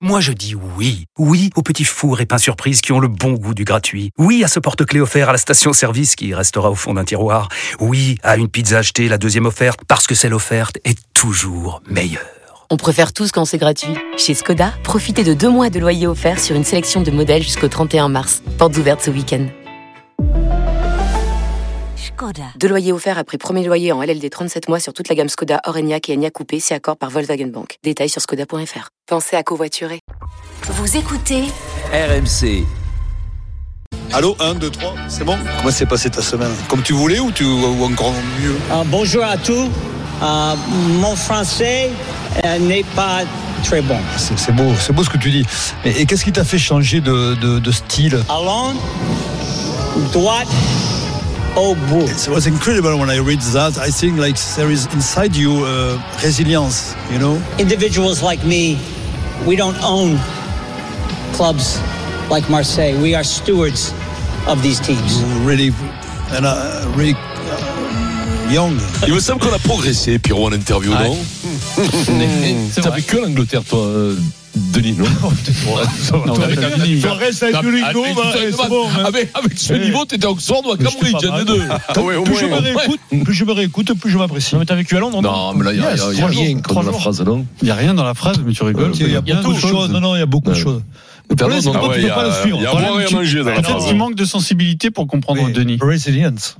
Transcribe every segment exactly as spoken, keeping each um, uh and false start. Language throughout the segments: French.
Moi je dis oui. Oui aux petits fours et pains surprises qui ont le bon goût du gratuit. Oui à ce porte-clés offert à la station-service qui restera au fond d'un tiroir. Oui à une pizza achetée, la deuxième offerte, parce que celle offerte est toujours meilleure. On préfère tous quand c'est gratuit. Chez Skoda, profitez de deux mois de loyer offert sur une sélection de modèles jusqu'au trente et un mars. Portes ouvertes ce week-end. Skoda. Deux loyers offerts après premier loyer en L L D trente-sept mois sur toute la gamme Skoda, Orenia et Enyaq Coupé, si accord par Volkswagen Bank. Détails sur skoda point f r. Pensez à covoiturer. Vous écoutez R M C. Allô, un, deux, trois, c'est bon? Comment s'est passée ta semaine? Comme tu voulais ou, tu, ou encore mieux? Uh, bonjour à tous. Uh, mon français uh, n'est pas très bon. C'est, c'est beau, c'est beau ce que tu dis. Et, et qu'est-ce qui t'a fait changer de, de, de style? Allons, droite, au bout. It was incredible when I read that. I think like there is inside you uh, resilience, you know? Individuals like me, we don't own clubs like Marseille. We are stewards of these teams. Really, and uh, really uh, young. Il me semble qu'on a progressé, Pierrot, en interview, ouais. non? T'as fait que l'Angleterre, toi, euh, Denis, non? Forest avec le Rico, c'est bon. Avec, avec ce niveau, t'étais à Oxford ou à Cambridge, un des deux. Plus je me réécoute, plus je me réécoute, plus je m'apprécie. Non, mais t'as vécu à Londres, non? Non, mais là, il n'y a, yes, y a, y a rien jours, dans la phrase, non? Il n'y a rien dans la phrase, mais tu rigoles. Il y a, y a beaucoup de choses. Non, non, il y a beaucoup de choses. Le problème, c'est que toi, tu peux pas le suivre. Il y a à boire et à manger dans la phrase. Peut-être qu'il manque de sensibilité pour comprendre Denis. Resilience.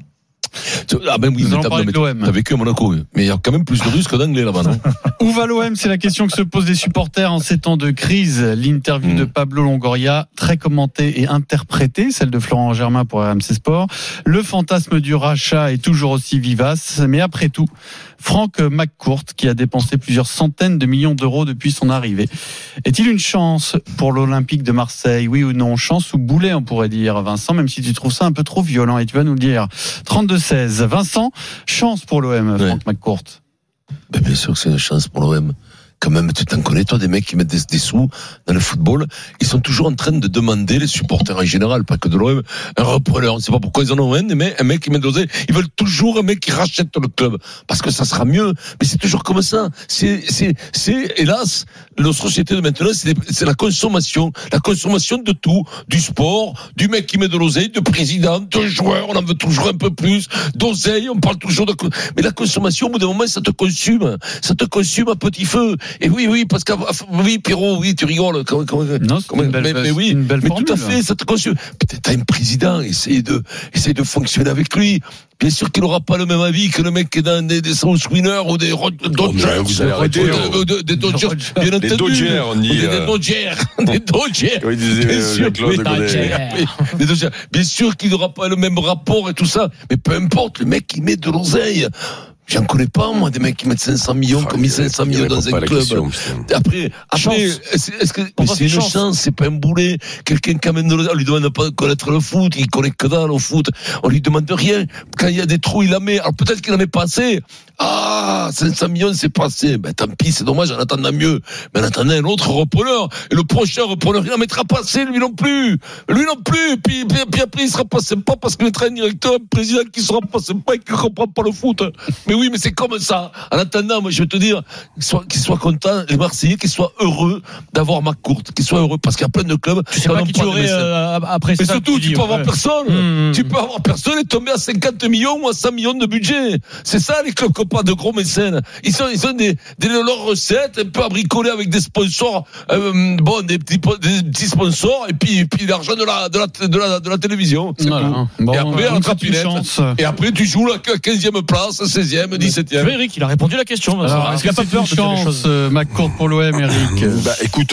Ah ben oui, Nous mais allons t'as, parler mais de l'O M. t'as vécu à Monaco, mais il y a quand même plus de Russes que d'Anglais là-bas, non? Où va l'O M? C'est la question que se posent les supporters en ces temps de crise. L'interview mmh. de Pablo Longoria, très commentée et interprétée, celle de Florent Germain pour R M C Sport. Le fantasme du rachat est toujours aussi vivace, mais après tout, Franck McCourt, qui a dépensé plusieurs centaines de millions d'euros depuis son arrivée. Est-il une chance pour l'Olympique de Marseille? Oui ou non? Chance ou boulet, on pourrait dire, Vincent, même si tu trouves ça un peu trop violent, et tu vas nous le dire. trente-deux seize. Vincent, chance pour l'O M, Franck ouais. McCourt. Ben bien sûr que c'est une chance pour l'O M. Quand même, tu t'en connais, toi, des mecs qui mettent des, des sous dans le football. Ils sont toujours en train de demander, les supporters en général, pas que de l'O M, un repreneur. On ne sait pas pourquoi ils en ont un, mais un mec qui met de l'oseille. Ils veulent toujours un mec qui rachète le club. Parce que ça sera mieux. Mais c'est toujours comme ça. C'est, c'est, c'est, hélas, la société de maintenant, c'est, c'est la consommation. La consommation de tout. Du sport, du mec qui met de l'oseille, de président, de joueur. On en veut toujours un peu plus. D'oseille, on parle toujours de, mais la consommation, au bout d'un moment, ça te consume. Ça te consume à petit feu. Et oui, oui, parce que, oui, Pierrot, oui, tu rigoles. Comment, comment, non, c'est comment, une belle, mais, mais oui, une belle mais formule, tout à fait, ça te consume. Peut-être t'as un président, essaye de, essaye de fonctionner avec lui. Bien sûr qu'il n'aura pas le même avis que le mec qui est dans des, des South Winners ou des Dodgers. Vous allez arrêter. Des Dodgers, bien entendu. Des Dodgers, on dit. Des Dodgers. Des Dodgers. Oui, bien sûr. Des Dodgers. Bien sûr qu'il n'aura pas le même rapport et tout ça. Mais peu importe, le mec qui met de l'oseille. J'en connais pas, moi, des mecs qui mettent cinq cents millions, qui ont mis cinq cents millions dans un club. Question, après, après, est-ce, est-ce que, mais c'est une chance. chance, c'est pas un boulet. Quelqu'un qui amène de l'oseille, on lui demande pas de connaître le foot, il connaît que dalle au foot. On lui demande rien. Quand il y a des trous, il la met. Alors peut-être qu'il en met pas assez. Ah, cinq cents millions, c'est pas assez. Ben, tant pis, c'est dommage, en attendant mieux. Mais en attendant un autre repreneur. Et le prochain repreneur, il en mettra pas assez, lui non plus. Lui non plus. Puis, puis, puis après, il sera pas sympa parce qu'il est un directeur, un président qui sera pas sympa et qui comprend pas le foot. Mais oui, mais c'est comme ça. En attendant, moi, je veux te dire, qu'ils soient, qu'ils soient contents, les Marseillais, qu'ils soient heureux d'avoir McCourt, qu'ils soient heureux, parce qu'il y a plein de clubs. Tu sais pas qui tu aurais, euh, après mais ça. Mais surtout, tu, tu peux ouais. avoir personne. Mmh. Tu peux avoir personne et tomber à cinquante millions ou à cent millions de budget. C'est ça, les clubs qui n'ont pas de gros mécènes. Ils sont, ils ont des, des, leurs recettes, un peu à bricoler avec des sponsors, euh, bon, des petits, des petits sponsors, et puis, et puis l'argent de la, de la, de la, de la télévision. C'est voilà. tout. Bon, et après, voilà, la trapinette. Et après, tu joues la quinzième place, seizième, dix-septième. Eric, il a répondu à la question. Alors, est-ce qu'il n'y a pas peur de chance, choses euh, McCourt pour l'O M, Eric? Bah, écoute,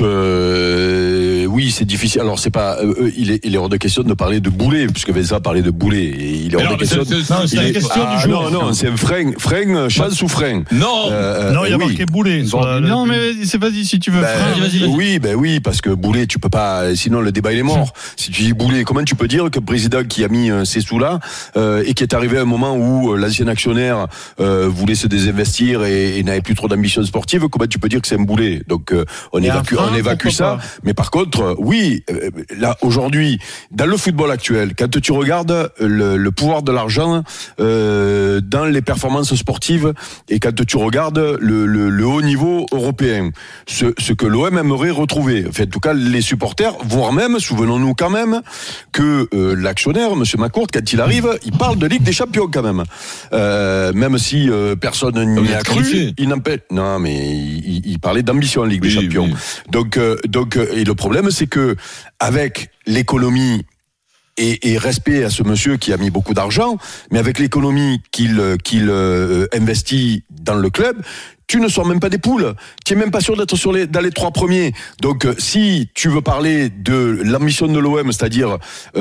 euh, oui, c'est difficile. Alors, c'est pas, euh, il est, il est hors de question de parler de boulet, puisque Vincent parlait de boulet. Et il est hors de question. C'est, c'est, non, c'est la question ah, du jour. Non, non, c'est un frein, frein, chance ou frein. Non, euh, non, il y a oui. marqué boulet. Bon, non, mais c'est vas-y si tu veux. Ben, frein, vas-y, vas-y. Oui, ben oui, parce que boulet, tu peux pas. Sinon, le débat il est mort. Si tu dis boulet, comment tu peux dire que le président qui a mis euh, ces sous-là euh, et qui est arrivé à un moment où euh, l'ancien actionnaire euh, euh, voulait se désinvestir et, et n'avait plus trop d'ambition sportive, comment tu peux dire que c'est un boulet? Donc euh, on et évacue, enfin, on évacue ça. Pas. Mais par contre, oui, euh, là aujourd'hui, dans le football actuel, quand tu regardes le, le pouvoir de l'argent euh, dans les performances sportives et quand tu regardes le, le, le haut niveau européen, ce, ce que l'O M aimerait retrouver, enfin, en tout cas les supporters, voire même, souvenons-nous quand même que euh, l'actionnaire, M. McCourt, quand il arrive, il parle de Ligue des Champions quand même. Euh, même si euh, personne n'y a cru, il n'empêche. Non, mais il, il parlait d'ambition en Ligue oui, des Champions. Oui. Donc, euh, donc, et le problème, c'est que avec l'économie et, et respect à ce monsieur qui a mis beaucoup d'argent, mais avec l'économie qu'il qu'il euh, investit dans le club, tu ne sors même pas des poules. Tu es même pas sûr d'être sur les, dans les trois premiers. Donc, si tu veux parler de l'ambition de l'O M, c'est-à-dire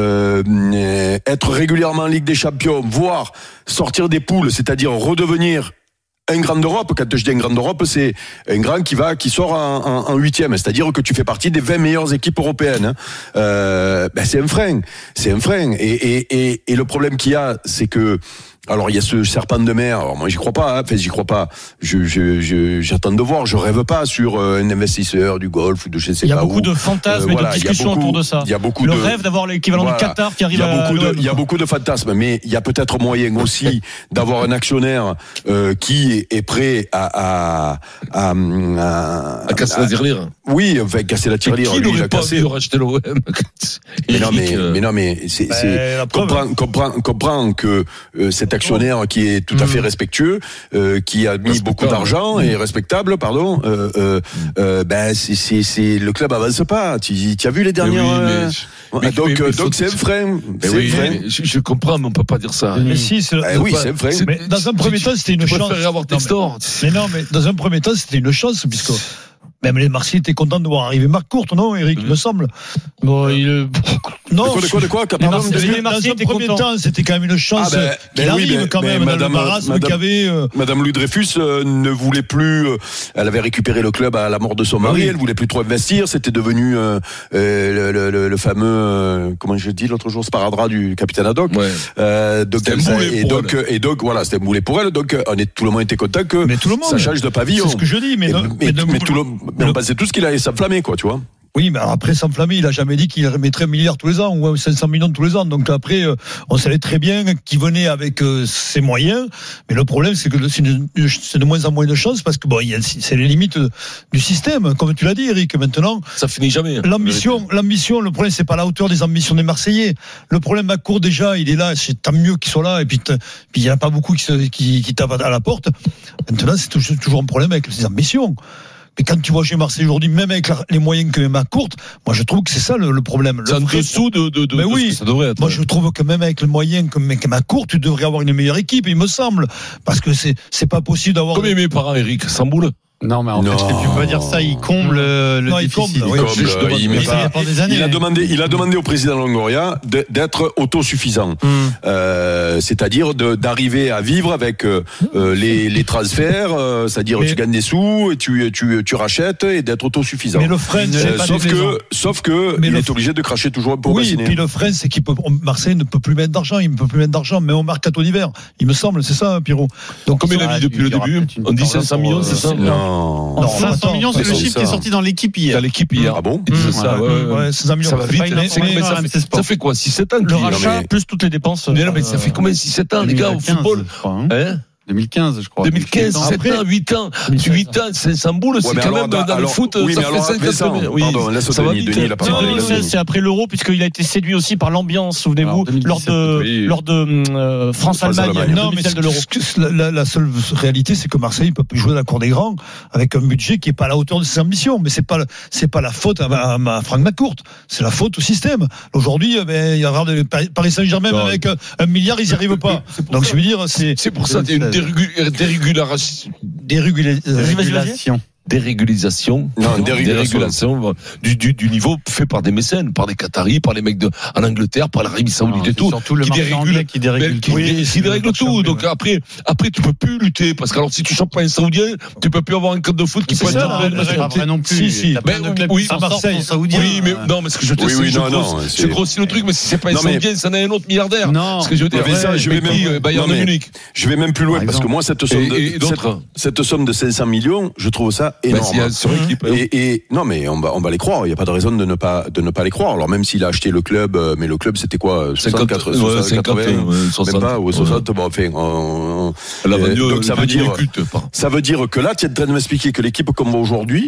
euh, être régulièrement en Ligue des Champions, voire sortir des poules, c'est-à-dire redevenir un grand d'Europe, quand je dis un grand d'Europe, c'est un grand qui va, qui sort en, en, en huitième, c'est-à-dire que tu fais partie des vingt meilleures équipes européennes. Hein. Euh, ben c'est un frein, c'est un frein. Et, et, et, et le problème qu'il y a, c'est que alors il y a ce serpent de mer. Alors moi j'y crois pas. Hein. Enfin j'y crois pas. Je, je, je, j'attends de voir. Je rêve pas sur euh, un investisseur du golf ou de je sais pas où. Il y a beaucoup où. de fantasmes euh, et voilà, de discussions beaucoup, autour de ça. Il y a beaucoup le de, rêve d'avoir l'équivalent voilà, du Qatar qui arrive à. Il y a beaucoup à de, il y a beaucoup de fantasmes, mais il y a peut-être moyen aussi d'avoir un actionnaire euh, qui est prêt à à à, à, à casser à, la tirelire. Oui, enfin casser la tirelire. Qui n'aurait pas voulu racheter l'O M? Mais non, mais mais non, mais c'est c'est comprends comprends comprends que cet actionnaire qui est tout à fait respectueux, euh, qui a mis beaucoup d'argent et respectable, pardon. Euh, euh, euh, ben c'est c'est c'est le club avance pas. Tu, tu as vu les dernières. Oui, mais, euh, mais, donc mais, mais donc c'est un frein. C'est oui, un frein. Je, je comprends, mais on peut pas dire ça. Mais si, c'est eh oui, c'est un frein. Mais dans un premier temps, c'était une chance. Avoir tes stores. Mais non, mais dans un premier temps, c'était une chance puisque. Même les Marseillais étaient contents de voir arriver Marc-Court, non, Eric, il me semble. Bon, il... Non, de quoi, de quoi, de quoi, pardon, les Marseillais étaient contents. Dans un premier temps, c'était quand même une chance ah ben, qu'il ben arrive oui, mais, quand même Madame, dans le marasme qu'il y avait. Euh... Madame Louis Dreyfus euh, ne voulait plus. Euh, elle avait récupéré le club à la mort de son mari. Oui. Elle voulait plus trop investir. C'était devenu euh, euh, le, le, le fameux, euh, comment je dis l'autre jour, sparadrap du capitaine Haddock. Ouais. Euh, donc, elle, ça, et donc, elle. et donc, voilà, c'était un boulet pour elle. Donc, on est tout le monde était content que mais tout le monde, ça change de pavillon. C'est ce que je dis, mais et, mais, mais, mais tout le, mais on pensait tous qu'il allait s'enflammer, quoi, tu vois. Oui, mais après s'enflammer, il a jamais dit qu'il remettrait un milliard tous les ans ou cinq cents millions tous les ans. Donc après, on savait très bien qu'il venait avec ses moyens. Mais le problème, c'est que c'est de, c'est de moins en moins de chance parce que bon, il y a, c'est les limites du système, comme tu l'as dit, Eric. Maintenant, ça finit jamais. L'ambition, l'ambition, le problème, c'est pas la hauteur des ambitions des Marseillais. Le problème à court déjà, il est là. C'est tant mieux qu'il soit là. Et puis, puis il y en a pas beaucoup qui, se, qui, qui tapent à la porte. Maintenant, c'est toujours, toujours un problème avec les ambitions. Mais quand tu vois chez Marseille aujourd'hui, même avec la, les moyens que même à courte, moi je trouve que c'est ça le, le problème. C'est en dessous de, de, de, mais de oui, ce que ça devrait être. Moi je trouve que même avec le moyen que même à courte, tu devrais avoir une meilleure équipe, il me semble. Parce que c'est, c'est pas possible d'avoir. Comme mes parents, Eric, sans boule. Non, mais en non. fait, tu peux pas dire ça. Il comble le non, déficit. Il, comble, oui, il, comble, il, il, pas, des années, il a demandé, il a demandé au président Longoria d'être autosuffisant, mm. euh, c'est-à-dire de, d'arriver à vivre avec euh, les, les transferts, euh, c'est-à-dire mais, tu gagnes des sous, et tu, tu, tu rachètes et d'être autosuffisant. Mais le frein, euh, sauf, que, sauf que mais il est obligé de cracher toujours pour oui, bassiner. Oui, et puis le frein, c'est qu'il peut, Marseille ne peut plus mettre d'argent, il ne peut plus mettre d'argent, mais on marque à tout d'hiver. Il me semble, c'est ça, Pierrot. Donc comme il a dit depuis le début, on dit cinq cents millions, c'est ça? Non. Non, cinq cents millions, c'est le chiffre qui est sorti dans l'équipe hier. Dans l'équipe hier. Ah bon? C'est ça, ouais. cinq cents millions. Ça va vite. Ça fait quoi? six sept ans? Le rachat, plus toutes les dépenses. Mais non, mais ça fait combien? six sept ans, les gars, au football? Hein? deux mille quinze, je crois. deux mille quinze, sept ans, huit ans. huit ans, cinq cents boules, c'est quand même dans le foot, ça fait cinquante millions. Pardon, laisse Denis, Denis, il a pas parlé. C'est après l'Euro, puisqu'il a été séduit aussi par l'ambiance, souvenez-vous, lors de, lors de France-Allemagne, non, mais celle de l'Euro. La seule réalité, c'est que Marseille peut plus jouer à la cour des grands avec un budget qui est pas à la hauteur de ses ambitions. Mais c'est pas, c'est pas la faute à Franck McCourt. C'est la faute au système. Aujourd'hui, il y aura Paris Saint-Germain avec un milliard, ils n'y arrivent pas. Donc, je veux dire, c'est. C'est pour ça, Dérégulation. Dérégulation. dérégulation, non, dérégulation, dérégulation du, du, du niveau fait par des mécènes, par des Qataris, par les mecs de, en Angleterre, par l'Arabie Saoudite non, et tout, surtout le qui dérégule, qui dérégule qui, oui, qui dérègle tout. Anglais, donc ouais. après, après tu peux plus lutter parce que alors si tu chopes pas un Saoudien, tu peux plus avoir un club de foot qui peut être pas vrai non plus. Si si, ben, oui, à Marseille, saoudien. Oui, mais non, mais ce que je te oui, dis, oui, je, non, grossis, non, je grossis le truc, mais si c'est pas un Saoudien, ça n'est un autre milliardaire. Non, ce que je veux dire, ça, je vais même Bayern de Munich. Je vais même plus loin parce que moi cette somme de et, et cette, cette somme de cinq cents millions, je trouve ça énorme. Bah, sur l'équipe, et, et non, mais on va on va les croire. Il y a pas de raison de ne pas de ne pas les croire. Alors même s'il a acheté le club, mais le club c'était quoi, cinquante, quatre-vingts, même pas ou soixante. Bon, enfin, on, on, euh, donc ça veut dire ça veut dire que là, tu es en train de m'expliquer que l'équipe comme va aujourd'hui.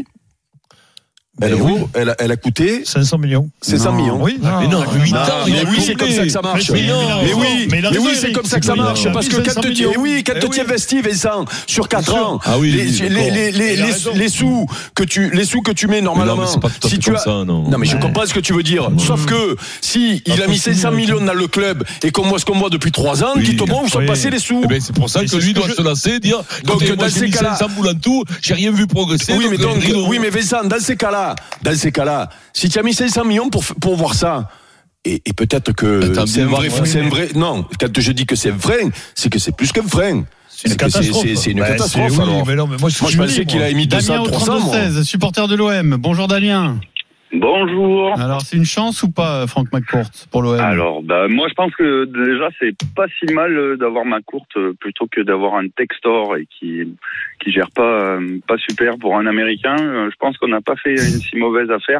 Elle, vaut, elle, a, elle a coûté cinq cents millions. cinq cents millions. Oui, non, mais non, huit ans, mais oui, c'est comme ça que ça marche. Mais, mais oui, mais, mais oui, c'est comme ça que ça marche. Parce que quand tu oui, quand tu investis, Vincent, sur quatre ans, ah oui, les, les, les, les, les, les sous que tu, les sous que tu mets normalement, non, pas si tu as, ça, non. non, mais je comprends ce que tu veux dire. Sauf que si il a mis cinq cents millions dans le club et qu'on voit ce qu'on voit depuis trois ans, qui te montrent où sont passés les sous. C'est pour ça que lui doit se lasser, dire. Donc dans ces cas-là, cinq cents boules en tout, j'ai rien vu progresser. Oui, mais donc, oui, mais Vincent, dans ces cas-là, dans ces cas-là. Là, si tu as mis cinq cents millions pour, pour voir ça, et, et peut-être que Attends, c'est un vrai, ouais, c'est un vrai, non, quand je dis que c'est vrai, c'est que c'est plus qu'un frein. C'est une catastrophe. C'est, c'est une bah, catastrophe. C'est, alors. Oui, mais non, mais moi, moi je pensais qu'il a émis deux cents, trois cents. seize, supporter de l'O M. Bonjour Damien. Bonjour. Alors c'est une chance ou pas, Franck McCourt, pour l'O M? Alors, bah, moi je pense que déjà c'est pas si mal d'avoir McCourt plutôt que d'avoir un Textor et qui qui gère pas pas super pour un Américain. Je pense qu'on n'a pas fait une si mauvaise affaire.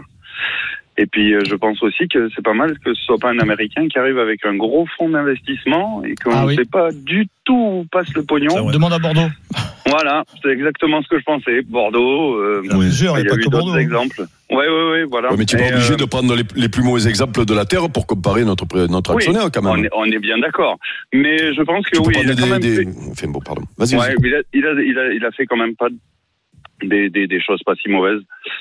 Et puis je pense aussi que c'est pas mal que ce soit pas un Américain qui arrive avec un gros fonds d'investissement et qu'on ne ah oui. sait pas du tout où passe le pognon. On demande à Bordeaux. Voilà, c'est exactement ce que je pensais. Bordeaux, euh, oui, il y a, il y a eu d'autres Bordeaux, exemples. Oui, oui, oui, voilà. Ouais, mais tu n'es pas obligé euh... de prendre les, les plus mauvais exemples de la Terre pour comparer notre, notre oui, actionnaire, quand même. On est, on est bien d'accord. Mais je pense que tu oui, il a des, quand même des... fait... Enfin, bon, pardon. Vas-y, ouais, il, a, il, a, il, a, il a fait quand même pas des, des, des choses pas si mauvaises.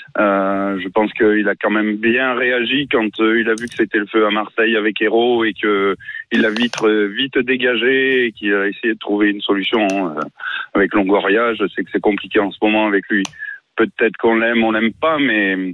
Euh, je pense qu'il a quand même bien réagi quand euh, il a vu que c'était le feu à Marseille avec Hérault et que il a vite vite dégagé et qu'il a essayé de trouver une solution euh, avec Longoria. Je sais que c'est compliqué en ce moment avec lui. Peut-être qu'on l'aime, on l'aime pas, mais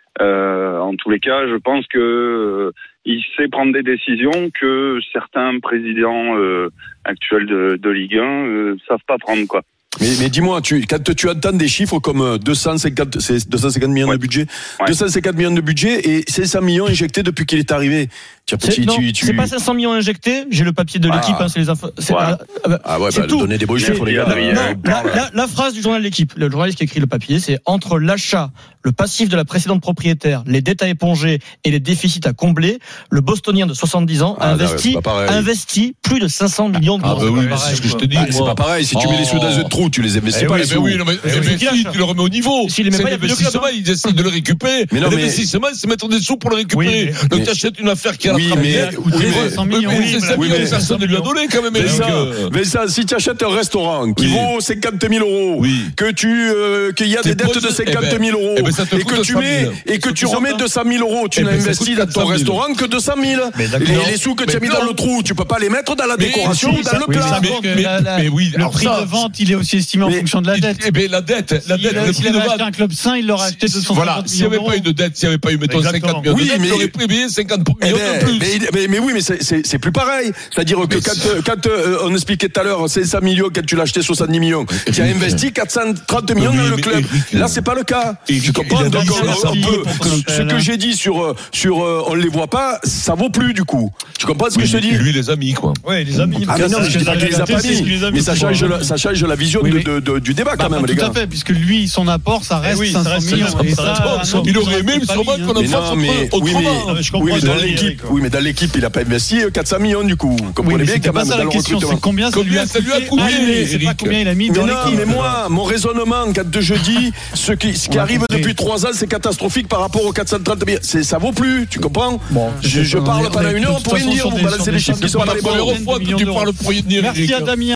euh, en tous les cas, je pense que euh, il sait prendre des décisions que certains présidents euh, actuels de, de Ligue un euh, savent pas prendre, quoi. Mais, mais dis-moi, tu, quand tu entends des chiffres comme deux cent cinquante, c'est deux cent cinquante millions ouais. de budget, ouais. deux cent cinquante millions de budget et cinq cents millions injectés depuis qu'il est arrivé. C'est, tu, non, tu... c'est pas cinq cents millions injectés. J'ai le papier de l'équipe, ah. hein, c'est les infos. C'est, ouais. ah, bah, ah ouais, c'est bah, tout. Donner des beaux chiffres, les gars. Non, non, la, la, la phrase du journal de l'équipe, le journaliste qui écrit le papier, c'est entre l'achat, le passif de la précédente propriétaire, les dettes à éponger et les déficits à combler, le Bostonien de soixante-dix ans a ah, investi, là, investi plus de cinq cents millions d'euros. Ah, bah oui, c'est ce que je te dis. Ah, c'est pas pareil. Si tu mets les sous dans un trou, tu les investis pas. Mais oui, mais tu le remets au niveau. Si les met pas, l'investissement, ils essaient de le récupérer. Mais l'investissement, c'est mettre des sous pour le récupérer. Donc tu achètes une affaire qui a la cent millions, oui, c'est ça, oui, mais personne ne lui a donné quand même. Mais ça, mais ça, si tu achètes un restaurant qui oui. vaut cinquante mille euros, oui. que tu, euh, qu'il y a T'es des dettes de cinquante mille euros, eh ben, eh ben et que tu mets, et que tu remets deux cent mille euros, tu eh n'as ben, investi dans ton restaurant que deux cent mille. Les sous que tu as mis dans le trou, tu peux pas les mettre dans la décoration ou dans le plat. Mais oui, le prix de vente, il est aussi estimé en fonction de la dette. Eh bien, la dette, la dette, le prix de vente. Un club sain, il l'aurait acheté deux cent cinquante millions. Voilà, s'il n'y avait pas eu de dette, s'il n'y avait pas eu, mettons, cinquante millions de dette, il aurait payé cinquante millions de plus. Mais oui, mais c'est plus pareil. C'est-à-dire que mais quand, quand euh, on expliquait tout à l'heure, cinq cents millions, quand tu l'as acheté soixante-dix millions, tu as investi quatre cent trente millions oui, dans le club. Eric, là, c'est pas le cas. Eric, tu comprends? Donc, on, on peut, ce que j'ai dit sur, sur euh, on les voit pas, ça vaut plus du coup. Tu comprends ce oui, que je te dis? Lui, les amis, quoi. Oui, les amis. Ah, mais non, je dis pas qu'il les a pas mis. Mais ça change, la, ça change la vision oui, de, de, du débat, quand même, les gars. Tout à fait, puisque lui, son apport, ça reste cinq cents millions. Il aurait aimé, sûrement, qu'on en fasse autrement. Oui, mais dans l'équipe, oui, mais dans l'équipe, il a pas investi quatre cents millions, du coup. Comprenez bien quand même dans le recrutement. C'est combien ça lui a coûté? C'est pas combien il a mis dans l'équipe. Mais moi, mon raisonnement, quand je dis ce qui, ce qui arrive depuis trois ans, c'est catastrophique par rapport aux quatre cent trente millions. Ça vaut plus, tu comprends? Je parle pendant une heure pour rien dire. Vous balancez les chiffres qui sont pas les bons. Tu parles pour rien dire. Merci à Damien.